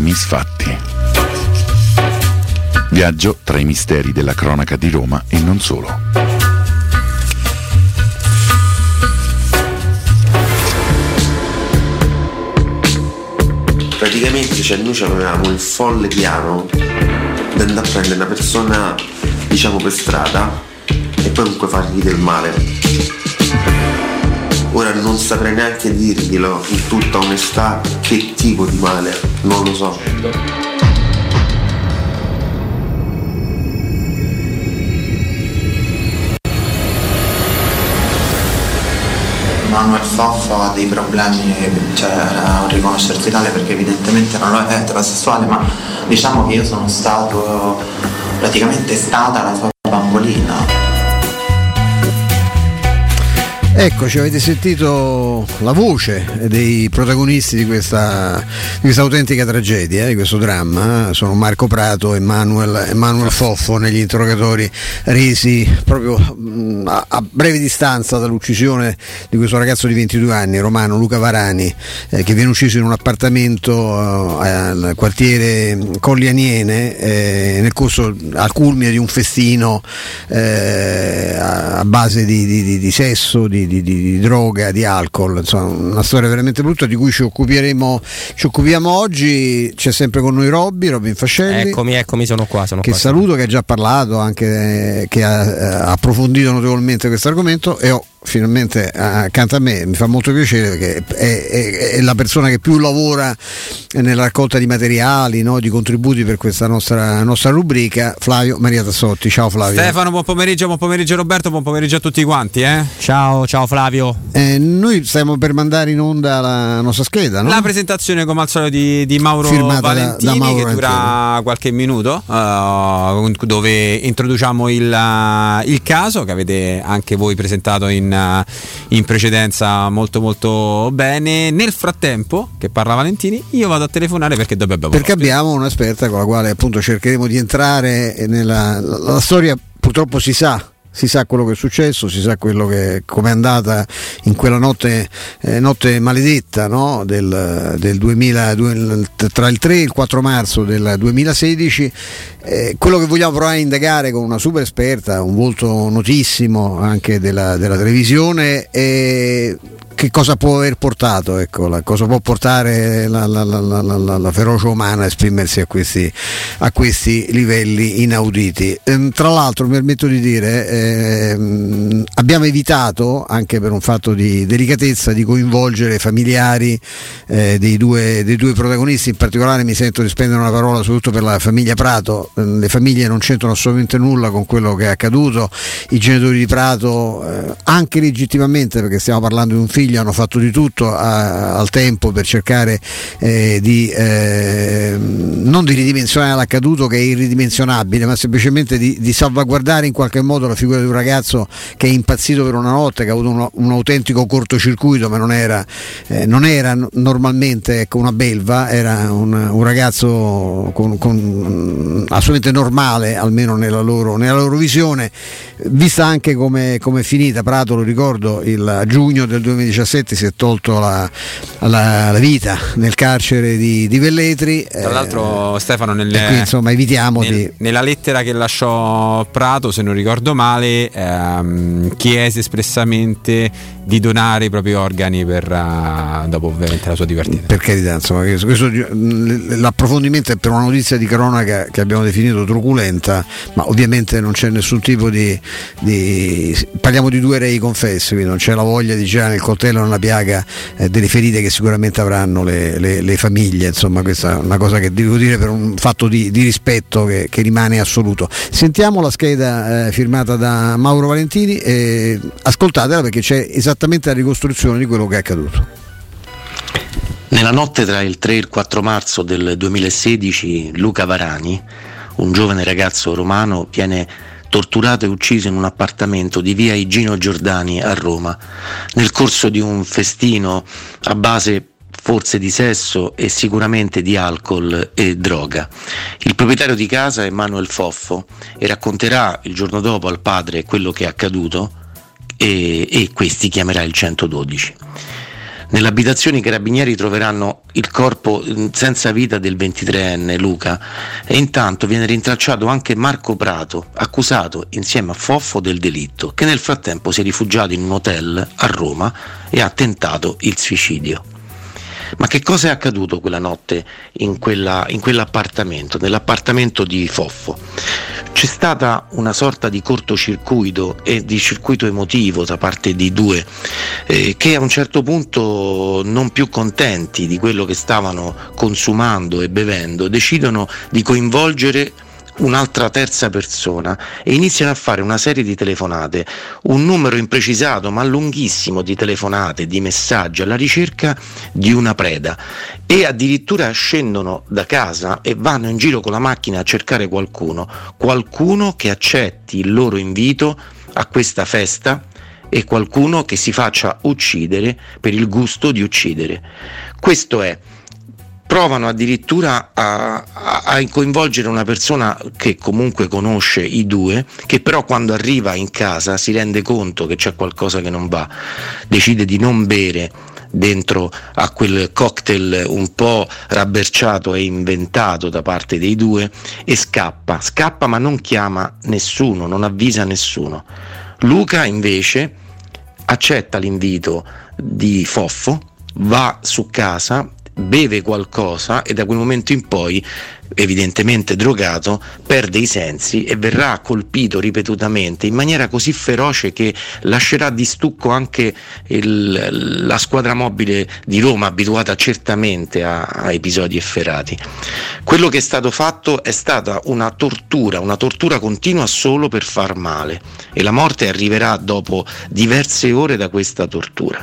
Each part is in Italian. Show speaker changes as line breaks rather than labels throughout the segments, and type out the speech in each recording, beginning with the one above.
misfatti. Viaggio tra i misteri della cronaca di Roma e non solo.
Praticamente noi avevamo il folle piano di andare a prendere una persona, diciamo, per strada e poi comunque fargli del male. Ora non saprei neanche dirglielo in tutta onestà che tipo di male, non lo so.
Manuel Foffo ha dei problemi, cioè a riconoscersi tale perché evidentemente non è eterosessuale, ma diciamo che io sono stata la sua bambolina.
Ecco, ci avete sentito la voce dei protagonisti di questa autentica tragedia, di questo dramma. Sono Marco Prato e Manuel Foffo negli interrogatori resi proprio a breve distanza dall'uccisione di questo ragazzo di 22 anni, romano Luca Varani, che viene ucciso in un appartamento al quartiere Colli Aniene nel corso, al culmine di un festino a base di sesso, di droga, di alcol, insomma una storia veramente brutta di cui ci occupiamo oggi. C'è sempre con noi Robin Fascelli.
Eccomi, sono qua.
Che saluto, che ha già parlato, anche che ha approfondito notevolmente questo argomento, e ho finalmente accanto a me, mi fa molto piacere perché è la persona che più lavora nella raccolta di materiali, no, di contributi per questa nostra rubrica, Flavio Maria Tassotti. Ciao Flavio.
Stefano, buon pomeriggio Roberto, buon pomeriggio a tutti quanti. Ciao Flavio.
Noi stiamo per mandare in onda la nostra scheda, no?
La presentazione come al solito di Mauro
firmata
Valentini,
da Mauro
che dura qualche minuto, dove introduciamo il caso che avete anche voi presentato in precedenza molto molto bene. Nel frattempo che parla Valentini, io vado a telefonare perché abbiamo
un'esperta con la quale appunto cercheremo di entrare nella storia. Purtroppo si sa quello che è successo, si sa quello che come è andata in quella notte maledetta, no? del 2000, tra il 3 e il 4 marzo del 2016. Quello che vogliamo provare a indagare con una super esperta, un volto notissimo anche della televisione, che cosa può aver portato, cosa può portare la ferocia umana a esprimersi a questi livelli inauditi. Tra l'altro mi permetto di dire, abbiamo evitato, anche per un fatto di delicatezza, di coinvolgere familiari dei due protagonisti. In particolare mi sento di spendere una parola soprattutto per la famiglia Prato. Le famiglie non c'entrano assolutamente nulla con quello che è accaduto. I genitori di Prato, anche legittimamente, perché stiamo parlando di un figlio, hanno fatto di tutto al tempo per cercare non di ridimensionare l'accaduto, che è irridimensionabile, ma semplicemente di salvaguardare in qualche modo la figura di un ragazzo che è impazzito per una notte, che ha avuto un autentico cortocircuito, ma non era normalmente una belva, era un ragazzo con assolutamente normale, almeno nella loro visione, vista anche come è finita. Insomma, lo ricordo, a giugno del 2017 si è tolto la vita nel carcere di Velletri.
Tra l'altro, Stefano,
qui, insomma, evitiamo
nella lettera che lasciò Prato, se non ricordo male, chiese espressamente di donare i propri organi per dopo ovviamente la sua dipartita.
Per carità, insomma, questo l'approfondimento è per una notizia di cronaca che abbiamo definito truculenta, ma ovviamente non c'è nessun tipo di parliamo di due rei confessi, quindi non c'è la voglia di girare nel coltello nella piaga delle ferite che sicuramente avranno le famiglie. Insomma, questa è una cosa che devo dire per un fatto di rispetto che rimane assoluto. Sentiamo la scheda firmata da Mauro Valentini, ascoltatela perché c'è esattamente la ricostruzione di quello che è accaduto.
Nella notte tra il 3 e il 4 marzo del 2016 Luca Varani, un giovane ragazzo romano, viene torturato e ucciso in un appartamento di via Igino Giordani a Roma, nel corso di un festino a base forse di sesso e sicuramente di alcol e droga. Il proprietario di casa è Manuel Foffo e racconterà il giorno dopo al padre quello che è accaduto e questi chiamerà il 112. Nell'abitazione i carabinieri troveranno il corpo senza vita del 23enne Luca e intanto viene rintracciato anche Marco Prato, accusato insieme a Foffo del delitto, che nel frattempo si è rifugiato in un hotel a Roma e ha tentato il suicidio. Ma che cosa è accaduto quella notte in quell'appartamento, nell'appartamento di Foffo? C'è stata una sorta di cortocircuito e di circuito emotivo da parte di due che a un certo punto, non più contenti di quello che stavano consumando e bevendo, decidono di coinvolgere un'altra terza persona e iniziano a fare una serie di telefonate, un numero imprecisato ma lunghissimo di telefonate, di messaggi alla ricerca di una preda, e addirittura scendono da casa e vanno in giro con la macchina a cercare qualcuno che accetti il loro invito a questa festa e qualcuno che si faccia uccidere per il gusto di uccidere. Questo è. Provano addirittura a coinvolgere una persona che comunque conosce i due, che però quando arriva in casa si rende conto che c'è qualcosa che non va, decide di non bere dentro a quel cocktail un po' rabberciato e inventato da parte dei due e scappa ma non chiama nessuno, non avvisa nessuno. Luca invece accetta l'invito di Foffo, va su casa, beve qualcosa e da quel momento in poi, evidentemente drogato, perde i sensi e verrà colpito ripetutamente in maniera così feroce che lascerà di stucco anche la squadra mobile di Roma, abituata certamente a episodi efferati. Quello che è stato fatto è stata una tortura continua solo per far male, e la morte arriverà dopo diverse ore da questa tortura.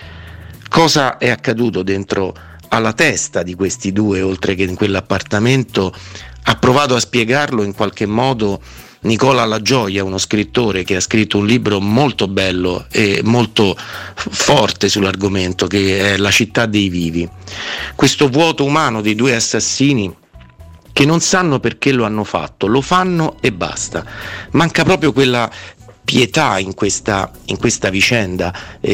Cosa è accaduto dentro alla testa di questi due, oltre che in quell'appartamento? Ha provato a spiegarlo in qualche modo Nicola La Gioia, uno scrittore che ha scritto un libro molto bello e molto forte sull'argomento, che è La città dei vivi. Questo vuoto umano dei due assassini che non sanno perché lo hanno fatto, lo fanno e basta. Manca proprio quella pietà in questa vicenda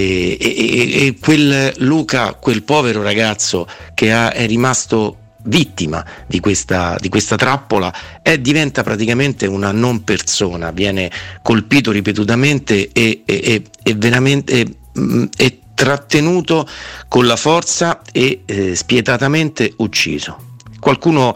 e quel Luca, quel povero ragazzo che è rimasto vittima di questa trappola, diventa praticamente una non persona, viene colpito ripetutamente e veramente è trattenuto con la forza e spietatamente ucciso. Qualcuno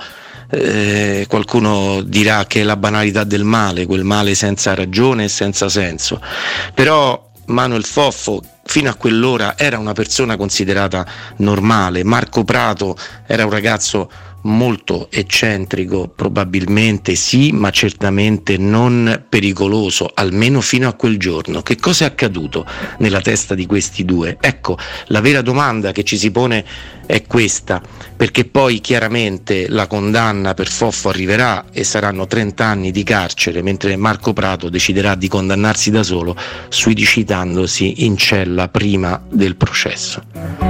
dirà che è la banalità del male, quel male senza ragione e senza senso, però Manuel Foffo fino a quell'ora era una persona considerata normale. Marco Prato era un ragazzo molto eccentrico, probabilmente sì, ma certamente non pericoloso, almeno fino a quel giorno. Che cosa è accaduto nella testa di questi due? Ecco, la vera domanda che ci si pone è questa, perché poi chiaramente la condanna per Foffo arriverà e saranno 30 anni di carcere, mentre Marco Prato deciderà di condannarsi da solo, suicidandosi in cella prima del processo.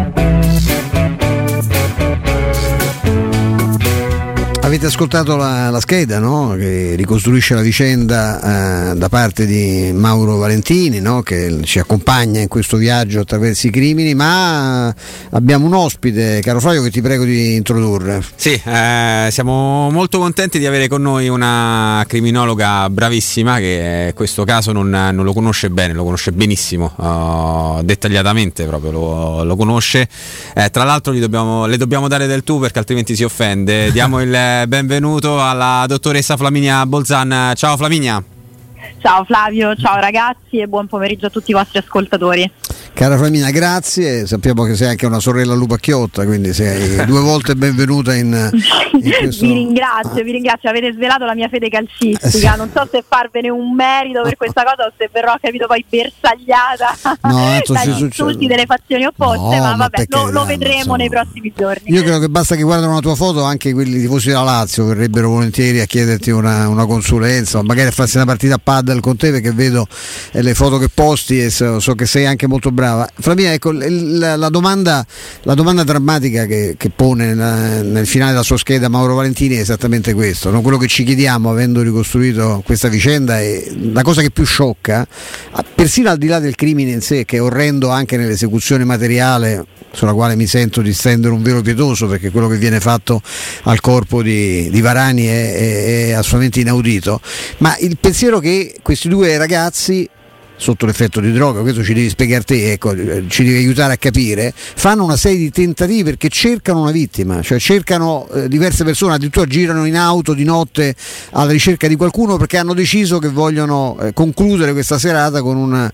Avete ascoltato la scheda, no? Che ricostruisce la vicenda da parte di Mauro Valentini, no? Che ci accompagna in questo viaggio attraverso i crimini, ma abbiamo un ospite, caro Flavio, che ti prego di introdurre.
Sì, siamo molto contenti di avere con noi una criminologa bravissima che questo caso non lo conosce bene, lo conosce benissimo, dettagliatamente proprio lo conosce. Tra l'altro le dobbiamo dare del tu, perché altrimenti si offende. Diamo il benvenuto alla dottoressa Flaminia Bolzan. Ciao Flaminia.
Ciao Flavio, ciao ragazzi e buon pomeriggio a tutti i vostri ascoltatori.
Cara Flaminia, grazie, sappiamo che sei anche una sorella lupacchiotta, quindi sei due volte benvenuta in questo... Vi
ringrazio, avete svelato la mia fede calcistica, non so se farvene un merito per questa cosa o se verrò, capito, poi bersagliata dagli insulti delle fazioni opposte, ma vabbè, lo vedremo nei prossimi giorni.
Io credo che basta che guardano la tua foto, anche quelli tifosi della Lazio verrebbero volentieri a chiederti una consulenza, o magari a farsi una partita a padel Padel con te, perché vedo le foto che posti e so che sei anche molto brava. Flavia, ecco, la domanda drammatica che pone nel finale della sua scheda Mauro Valentini è esattamente questo, no? Quello che ci chiediamo, avendo ricostruito questa vicenda, è la cosa che più sciocca, persino al di là del crimine in sé, che è orrendo anche nell'esecuzione materiale, sulla quale mi sento di stendere un velo pietoso, perché quello che viene fatto al corpo di Varani è assolutamente inaudito, ma il pensiero che questi due ragazzi, sotto l'effetto di droga, questo ci devi spiegare te, ecco, ci devi aiutare a capire, fanno una serie di tentativi perché cercano una vittima, cioè cercano diverse persone, addirittura girano in auto di notte alla ricerca di qualcuno, perché hanno deciso che vogliono concludere questa serata con un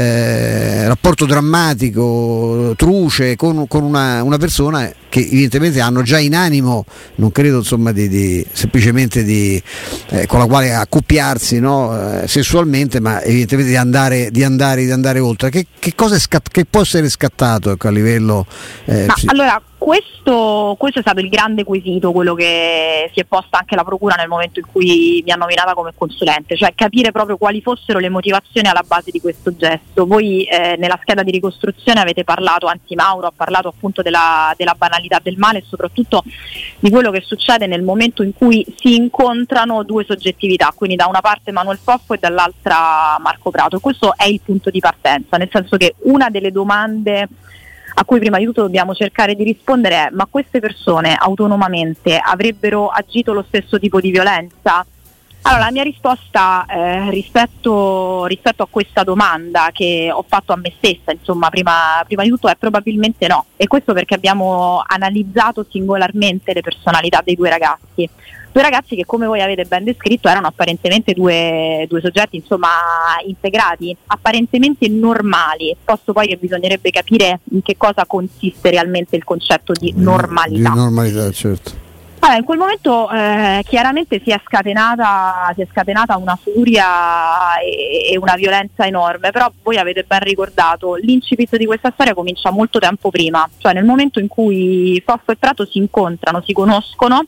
rapporto drammatico, truce, con una persona che evidentemente hanno già in animo, non credo insomma di semplicemente con la quale accoppiarsi, no? Sessualmente, ma evidentemente di andare oltre. Che cosa che può essere scattato, ecco, a livello
allora questo è stato il grande quesito, quello che si è posta anche la procura nel momento in cui mi ha nominata come consulente, cioè capire proprio quali fossero le motivazioni alla base di questo gesto. Voi nella scheda di ricostruzione avete parlato, anzi Mauro ha parlato appunto della banalità del male e soprattutto di quello che succede nel momento in cui si incontrano due soggettività, quindi da una parte Manuel Foffo e dall'altra Marco Prato, e questo è il punto di partenza, nel senso che una delle domande a cui prima di tutto dobbiamo cercare di rispondere è: ma queste persone autonomamente avrebbero agito lo stesso tipo di violenza? Allora, la mia risposta rispetto a questa domanda che ho fatto a me stessa, insomma, prima di tutto, è probabilmente no, e questo perché abbiamo analizzato singolarmente le personalità dei due ragazzi che, come voi avete ben descritto, erano apparentemente due soggetti, insomma, integrati, apparentemente normali, posto poi che bisognerebbe capire in che cosa consiste realmente il concetto di normalità.
Di normalità, certo.
Allora, in quel momento chiaramente si è scatenata una furia e una violenza enorme, però voi avete ben ricordato, l'incipit di questa storia comincia molto tempo prima, cioè nel momento in cui Foffo e Prato si incontrano, si conoscono,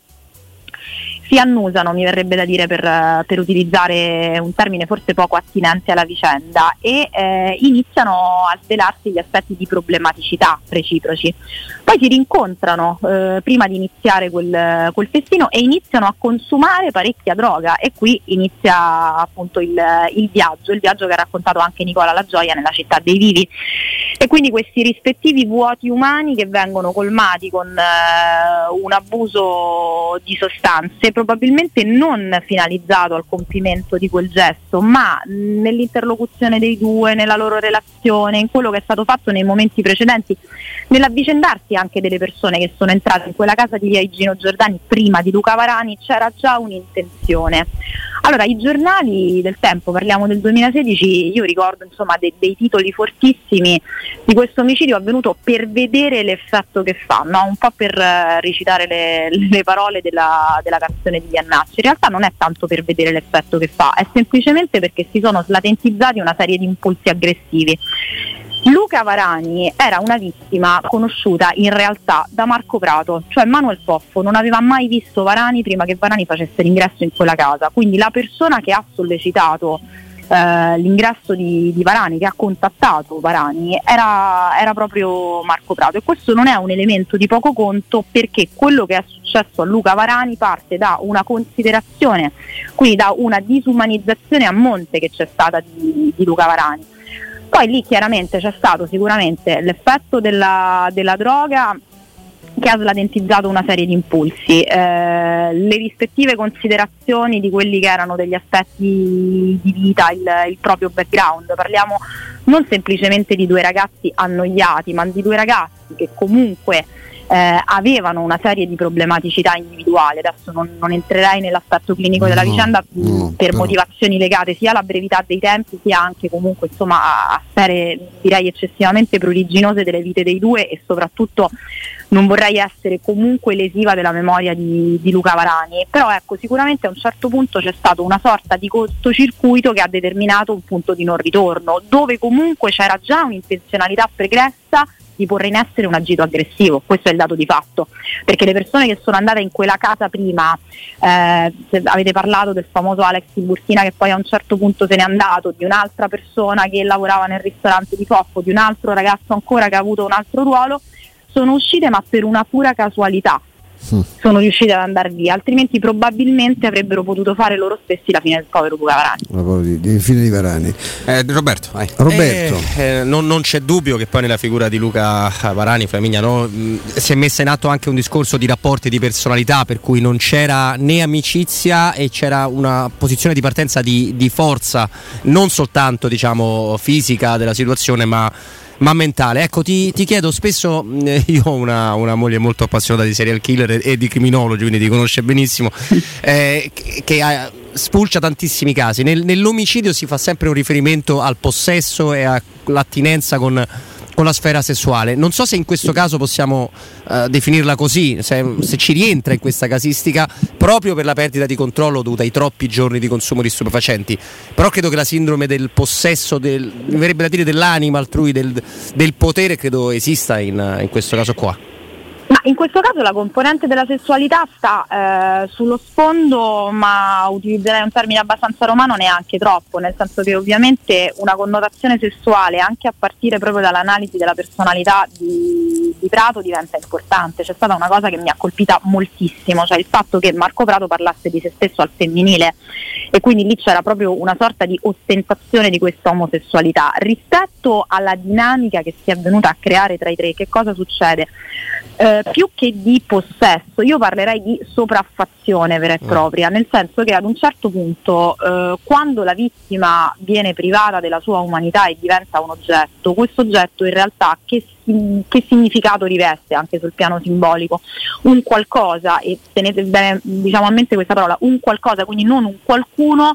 si annusano, mi verrebbe da dire, per utilizzare un termine forse poco attinente alla vicenda, e iniziano a svelarsi gli aspetti di problematicità reciproci. Poi si rincontrano prima di iniziare quel festino e iniziano a consumare parecchia droga, e qui inizia appunto il viaggio che ha raccontato anche Nicola La Gioia nella Città dei Vivi, e quindi questi rispettivi vuoti umani che vengono colmati con un abuso di sostanze, probabilmente non finalizzato al compimento di quel gesto, ma nell'interlocuzione dei due, nella loro relazione, in quello che è stato fatto nei momenti precedenti, nell'avvicendarsi anche delle persone che sono entrate in quella casa di via Igino Giordani prima di Luca Varani, c'era già un'intenzione. Allora, i giornali del tempo, parliamo del 2016, io ricordo insomma dei titoli fortissimi di questo omicidio avvenuto per vedere l'effetto che fa, no? Un po' per recitare le parole della canzone di Iannacci. In realtà non è tanto per vedere l'effetto che fa, è semplicemente perché si sono slatentizzati una serie di impulsi aggressivi. Luca Varani era una vittima conosciuta in realtà da Marco Prato, cioè Manuel Foffo non aveva mai visto Varani prima che Varani facesse l'ingresso in quella casa, quindi la persona che ha sollecitato l'ingresso di Varani, che ha contattato Varani, era proprio Marco Prato, e questo non è un elemento di poco conto, perché quello che è successo a Luca Varani parte da una considerazione, quindi da una disumanizzazione a monte che c'è stata di Luca Varani. Poi lì chiaramente c'è stato sicuramente l'effetto della droga, che ha slatentizzato una serie di impulsi, le rispettive considerazioni di quelli che erano degli aspetti di vita, il proprio background. Parliamo non semplicemente di due ragazzi annoiati, ma di due ragazzi che comunque avevano una serie di problematicità individuali. Adesso non entrerei nell'aspetto clinico della vicenda per motivazioni legate sia alla brevità dei tempi, sia anche comunque insomma a sfere direi eccessivamente pruriginose delle vite dei due, e soprattutto non vorrei essere comunque lesiva della memoria di Luca Varani, però ecco, sicuramente a un certo punto c'è stato una sorta di cortocircuito che ha determinato un punto di non ritorno, dove comunque c'era già un'intenzionalità pregressa di di porre in essere un agito aggressivo. Questo è il dato di fatto, perché le persone che sono andate in quella casa prima, avete parlato del famoso Alex Tiburtina che poi a un certo punto se n'è andato, di un'altra persona che lavorava nel ristorante di Foffo, di un altro ragazzo ancora che ha avuto un altro ruolo, sono uscite ma per una pura casualità. Sono riusciti ad andare via, altrimenti probabilmente avrebbero potuto fare loro stessi la fine del povero Luca Varani.
Di fine di Varani.
Roberto, vai.
Non c'è dubbio che poi nella figura di Luca Varani, Flaminia, si è messa in atto anche un discorso di rapporti di personalità, per cui non c'era né amicizia e c'era una posizione di partenza di forza, non soltanto diciamo fisica della situazione, ma mentale. Ecco, ti chiedo spesso, io ho una moglie molto appassionata di serial killer e di criminologi, quindi ti conosce benissimo, che spulcia tantissimi casi. Nell'omicidio si fa sempre un riferimento al possesso e all'attinenza con la sfera sessuale. Non so se in questo caso possiamo definirla così, se ci rientra in questa casistica, proprio per la perdita di controllo dovuta ai troppi giorni di consumo di stupefacenti. Però credo che la sindrome del possesso, mi verrebbe da dire dell'anima altrui, del potere, credo esista in questo caso qua.
Ma in questo caso la componente della sessualità sta sullo sfondo, ma utilizzerei un termine abbastanza romano, neanche troppo, nel senso che ovviamente una connotazione sessuale, anche a partire proprio dall'analisi della personalità di Prato, diventa importante. C'è stata una cosa che mi ha colpita moltissimo, cioè il fatto che Marco Prato parlasse di se stesso al femminile, e quindi lì c'era proprio una sorta di ostentazione di questa omosessualità. Rispetto alla dinamica che si è venuta a creare tra i tre, che cosa succede? Più che di possesso, io parlerei di sopraffazione vera e propria, nel senso che ad un certo punto quando la vittima viene privata della sua umanità e diventa un oggetto, questo oggetto in realtà che significato riveste anche sul piano simbolico? Un qualcosa, e tenete bene diciamo a mente questa parola, un qualcosa, quindi non un qualcuno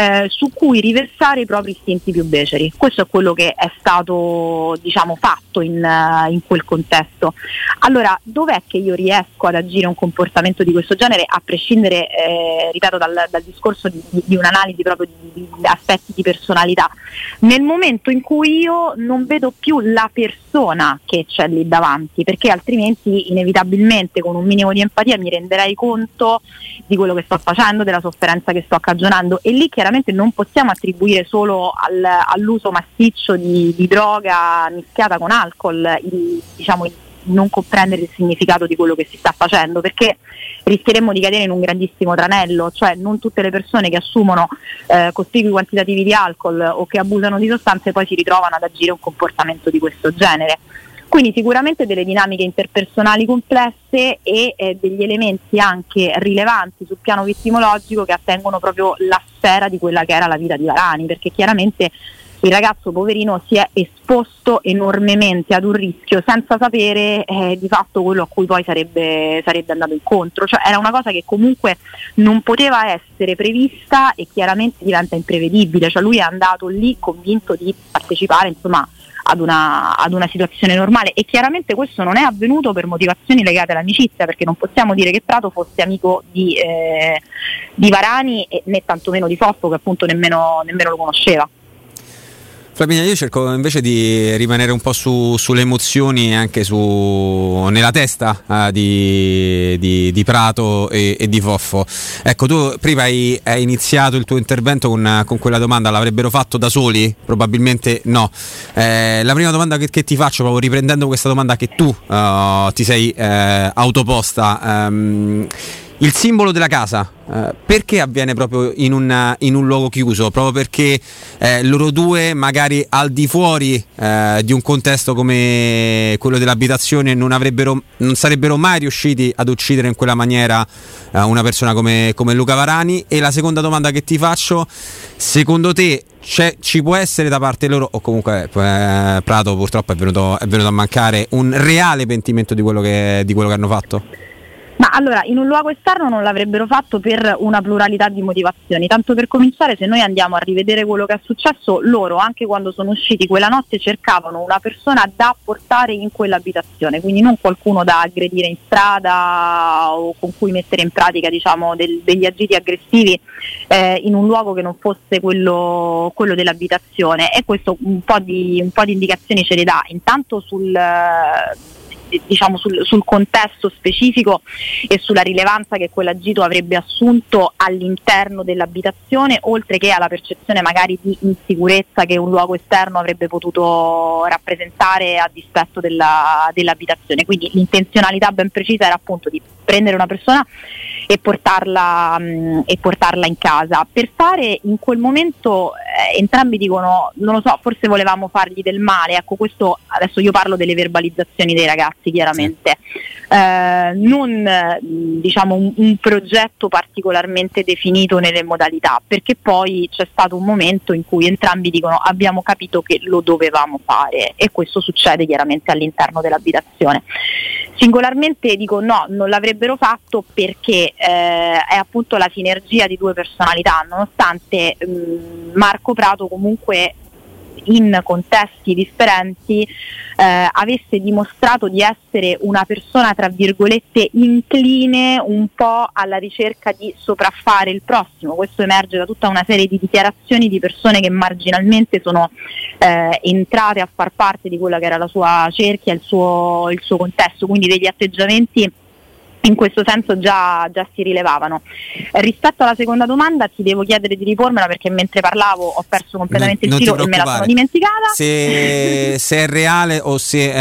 su cui riversare i propri istinti più beceri. Questo è quello che è stato diciamo fatto in quel contesto. Allora, dov'è che io riesco ad agire un comportamento di questo genere, a prescindere ripeto dal discorso di un'analisi proprio di aspetti di personalità? Nel momento in cui io non vedo più la persona che c'è lì davanti, perché altrimenti inevitabilmente con un minimo di empatia mi renderei conto di quello che sto facendo, della sofferenza che sto cagionando, e lì chiaramente non possiamo attribuire solo all'uso massiccio di droga mischiata con alcol il non comprendere il significato di quello che si sta facendo, perché rischieremmo di cadere in un grandissimo tranello, cioè non tutte le persone che assumono cospicui quantitativi di alcol o che abusano di sostanze poi si ritrovano ad agire un comportamento di questo genere. Quindi sicuramente delle dinamiche interpersonali complesse e degli elementi anche rilevanti sul piano vittimologico che attengono proprio la sfera di quella che era la vita di Varani, perché chiaramente il ragazzo poverino si è esposto enormemente ad un rischio senza sapere di fatto quello a cui poi sarebbe andato incontro. Cioè era una cosa che comunque non poteva essere prevista e chiaramente diventa imprevedibile. Cioè lui è andato lì convinto di partecipare insomma ad una situazione normale, e chiaramente questo non è avvenuto per motivazioni legate all'amicizia, perché non possiamo dire che Prato fosse amico di Varani né tantomeno di Foffo, che appunto nemmeno lo conosceva.
Flaminia, io cerco invece di rimanere un po' sulle emozioni, anche nella testa di Prato e di Foffo. Ecco, tu prima hai iniziato il tuo intervento con quella domanda: l'avrebbero fatto da soli? Probabilmente no. La prima domanda che ti faccio, proprio riprendendo questa domanda che tu ti sei autoposta, il simbolo della casa, perché avviene proprio in un luogo chiuso? Proprio perché loro due, magari al di fuori di un contesto come quello dell'abitazione, non sarebbero mai riusciti ad uccidere in quella maniera una persona come Luca Varani. E la seconda domanda che ti faccio: secondo te ci può essere da parte loro, o comunque Prato purtroppo è venuto a mancare, un reale pentimento di quello che hanno fatto?
Ma Ma allora, in un luogo esterno non l'avrebbero fatto per una pluralità di motivazioni. Tanto per cominciare, se noi andiamo a rivedere quello che è successo, loro anche quando sono usciti quella notte cercavano una persona da portare in quell'abitazione, quindi non qualcuno da aggredire in strada o con cui mettere in pratica, diciamo, degli agiti aggressivi in un luogo che non fosse quello dell'abitazione. E questo un po' di indicazioni ce le dà, intanto sul contesto specifico e sulla rilevanza che quell'agito avrebbe assunto all'interno dell'abitazione, oltre che alla percezione magari di insicurezza che un luogo esterno avrebbe potuto rappresentare a dispetto dell'abitazione. Quindi l'intenzionalità ben precisa era appunto di prendere una persona e portarla in casa. Per fare in quel momento entrambi dicono, non lo so, forse volevamo fargli del male. Ecco, questo adesso io parlo delle verbalizzazioni dei ragazzi, chiaramente. Non diciamo un progetto particolarmente definito nelle modalità, perché poi c'è stato un momento in cui entrambi dicono abbiamo capito che lo dovevamo fare, e questo succede chiaramente all'interno dell'abitazione. Singolarmente dico no, non l'avrebbero fatto perché è appunto la sinergia di due personalità, nonostante Marco Prato comunque in contesti differenti avesse dimostrato di essere una persona tra virgolette incline un po' alla ricerca di sopraffare il prossimo. Questo emerge da tutta una serie di dichiarazioni di persone che marginalmente sono entrate a far parte di quella che era la sua cerchia, il suo contesto, quindi degli atteggiamenti in questo senso già si rilevavano. Rispetto alla seconda domanda ti devo chiedere di ripormela, perché mentre parlavo ho perso completamente il filo e me la sono dimenticata.
Se è reale o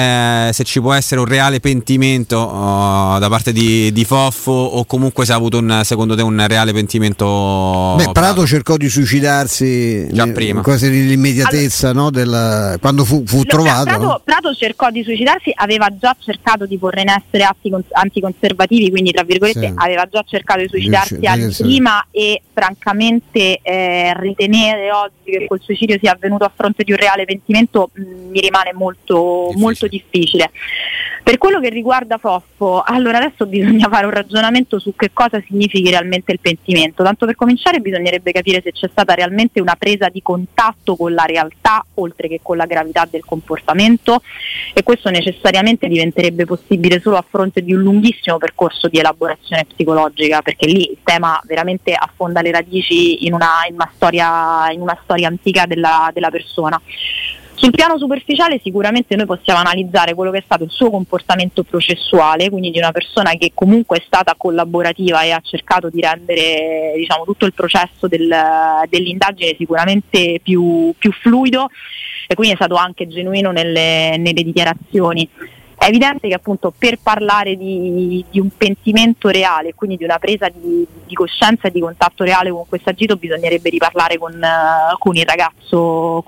se ci può essere un reale pentimento da parte di Foffo, o comunque se ha avuto secondo te un reale pentimento.
Prato cercò di suicidarsi
già prima,
quasi nell'immediatezza, allora, no, quando fu trovato.
Prato cercò di suicidarsi, aveva già cercato di porre in essere atti anticonservativi, quindi tra virgolette sì, aveva già cercato di suicidarsi anni prima, e francamente ritenere oggi che quel suicidio sia avvenuto a fronte di un reale pentimento mi rimane molto difficile. Per quello che riguarda Foffo, allora adesso bisogna fare un ragionamento su che cosa significhi realmente il pentimento. Tanto per cominciare bisognerebbe capire se c'è stata realmente una presa di contatto con la realtà oltre che con la gravità del comportamento, e questo necessariamente diventerebbe possibile solo a fronte di un lunghissimo percorso di elaborazione psicologica, perché lì il tema veramente affonda le radici in una storia antica della persona. Sul piano superficiale sicuramente noi possiamo analizzare quello che è stato il suo comportamento processuale, quindi di una persona che comunque è stata collaborativa e ha cercato di rendere, diciamo, tutto il processo dell'indagine sicuramente più fluido, e quindi è stato anche genuino nelle dichiarazioni. È evidente che appunto per parlare di un pentimento reale, quindi di una presa di coscienza e di contatto reale con questo agito, bisognerebbe riparlare con il ragazzo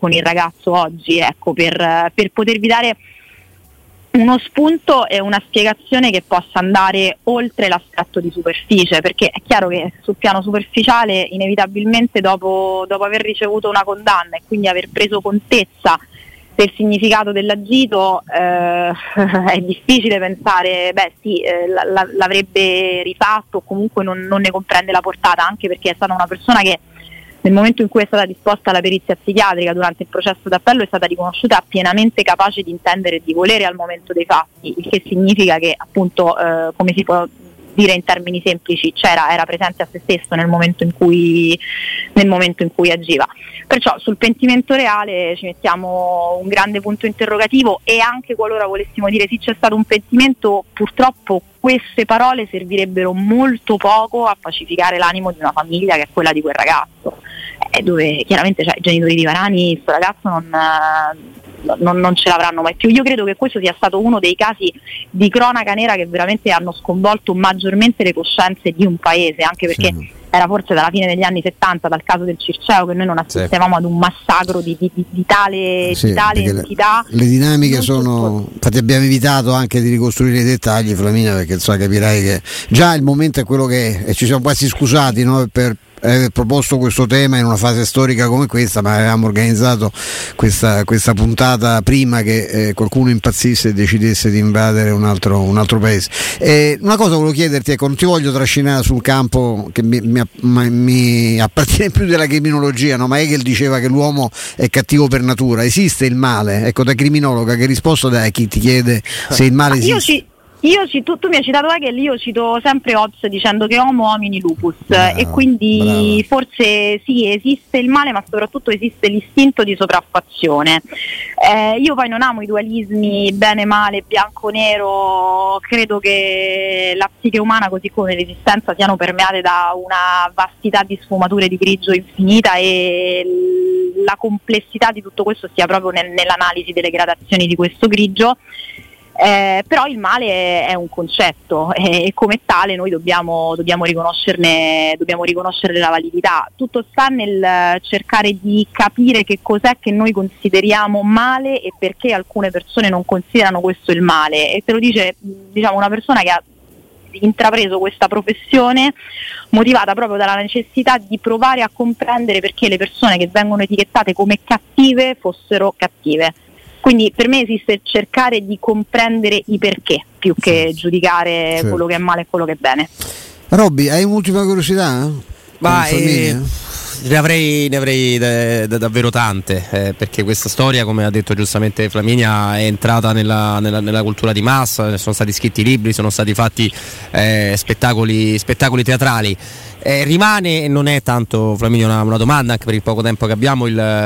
oggi, ecco, per potervi dare uno spunto e una spiegazione che possa andare oltre l'aspetto di superficie, perché è chiaro che sul piano superficiale inevitabilmente dopo aver ricevuto una condanna e quindi aver preso contezza del significato dell'agito, è difficile pensare l'avrebbe rifatto, o comunque non ne comprende la portata, anche perché è stata una persona che nel momento in cui è stata disposta alla perizia psichiatrica durante il processo d'appello è stata riconosciuta pienamente capace di intendere e di volere al momento dei fatti, il che significa che appunto, come si può dire in termini semplici, era presente a se stesso nel momento in cui agiva. Perciò sul pentimento reale ci mettiamo un grande punto interrogativo, e anche qualora volessimo dire sì, c'è stato un pentimento, purtroppo queste parole servirebbero molto poco a pacificare l'animo di una famiglia che è quella di quel ragazzo, dove chiaramente i genitori di Varani questo ragazzo non ce l'avranno mai più. Io credo che questo sia stato uno dei casi di cronaca nera che veramente hanno sconvolto maggiormente le coscienze di un paese, anche perché era forse dalla fine degli anni 70, dal caso del Circeo, che noi non assistevamo ad un massacro di tale entità.
Le dinamiche sono, infatti abbiamo evitato anche di ricostruire i dettagli, Flaminia, perché capirai che già il momento è quello che è, e ci siamo quasi scusati, no, per aver proposto questo tema in una fase storica come questa, ma avevamo organizzato questa puntata prima che qualcuno impazzisse e decidesse di invadere un altro paese. Una cosa volevo chiederti, ecco, non ti voglio trascinare sul campo che mi appartiene più della criminologia, no? Ma Hegel diceva che l'uomo è cattivo per natura. Esiste il male? Ecco, da criminologa che risposta dai a chi ti chiede se il male esiste?
Tu mi hai citato Hegel, io cito sempre Hobbes dicendo che homo homini lupus, e quindi forse sì, esiste il male, ma soprattutto esiste l'istinto di sopraffazione. Io poi non amo i dualismi bene male, bianco nero, credo che la psiche umana così come l'esistenza siano permeate da una vastità di sfumature di grigio infinita, e la complessità di tutto questo stia proprio nell'analisi delle gradazioni di questo grigio. Però il male è un concetto e come tale noi dobbiamo riconoscerne la validità. Tutto sta nel cercare di capire che cos'è che noi consideriamo male e perché alcune persone non considerano questo il male, e te lo dice, diciamo, una persona che ha intrapreso questa professione motivata proprio dalla necessità di provare a comprendere perché le persone che vengono etichettate come cattive fossero cattive. Quindi per me esiste cercare di comprendere i perché più che giudicare quello che è male e quello che è bene.
Robby, hai un'ultima curiosità?
Ne avrei davvero tante, perché questa storia, come ha detto giustamente Flaminia, è entrata nella cultura di massa, sono stati scritti libri, sono stati fatti spettacoli teatrali. Rimane, non è tanto, Flaminio, una domanda, anche per il poco tempo che abbiamo,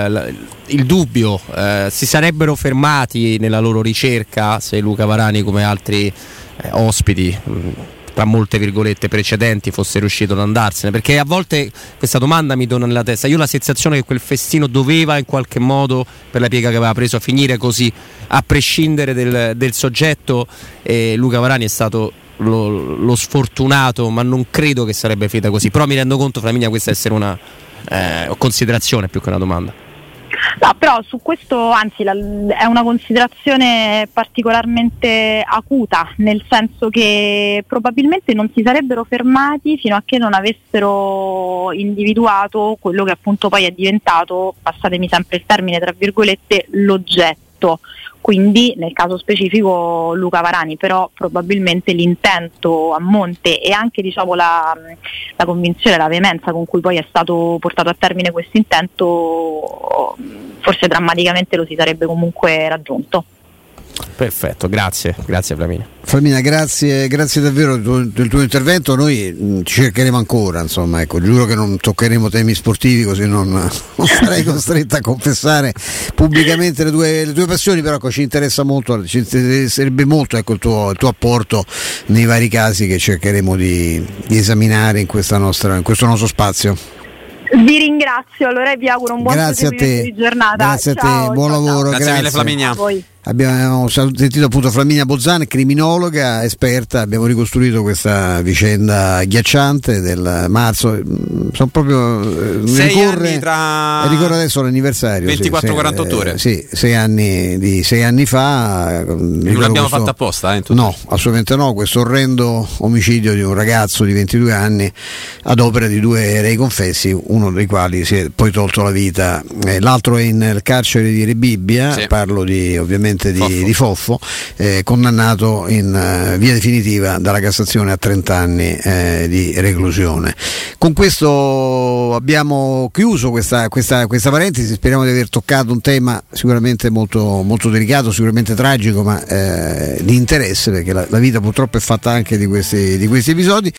il dubbio, si sarebbero fermati nella loro ricerca se Luca Varani, come altri ospiti, tra molte virgolette precedenti, fosse riuscito ad andarsene? Perché a volte questa domanda mi torna nella testa. Io ho la sensazione che quel festino doveva in qualche modo, per la piega che aveva preso, a finire così, a prescindere del soggetto. Luca Varani è stato lo sfortunato, ma non credo che sarebbe finita così. Però mi rendo conto, Flaminia, questa essere una considerazione più che una domanda.
No, però su questo anzi è una considerazione particolarmente acuta, nel senso che probabilmente non si sarebbero fermati fino a che non avessero individuato quello che appunto poi è diventato, passatemi sempre il termine tra virgolette, l'oggetto. Quindi nel caso specifico Luca Varani, però probabilmente l'intento a monte e anche, diciamo, la convinzione, la veemenza con cui poi è stato portato a termine questo intento, forse drammaticamente lo si sarebbe comunque raggiunto.
Perfetto, grazie Flaminia.
Flaminia, grazie davvero del tuo intervento. Noi ci cercheremo ancora, insomma, ecco, giuro che non toccheremo temi sportivi, così non sarei costretta a confessare pubblicamente le tue passioni, però ecco, ci interessa molto, ci interesserebbe molto, ecco, il tuo apporto nei vari casi che cercheremo di esaminare in questo nostro spazio.
Vi ringrazio, allora vi auguro un buon proseguimento di giornata.
Grazie a te, buon lavoro.
Grazie mille, Flaminia.
A voi.
Abbiamo sentito appunto Flaminia Bozzan, criminologa esperta. Abbiamo ricostruito questa vicenda agghiacciante del marzo. Sono proprio
6 anni tra...
ricordo adesso l'anniversario,
24-48 ore.
Sì, 6 anni fa.
Non l'abbiamo fatta apposta,
no, assolutamente no. Questo orrendo omicidio di un ragazzo di 22 anni ad opera di 2 rei confessi, uno dei quali si è poi tolto la vita, l'altro è nel carcere di Rebibbia. Sì. Parlo ovviamente di Foffo, condannato in via definitiva dalla Cassazione a 30 anni di reclusione. Con questo abbiamo chiuso questa parentesi. Speriamo di aver toccato un tema sicuramente molto, molto delicato, sicuramente tragico, ma di interesse, perché la vita purtroppo è fatta anche di questi episodi.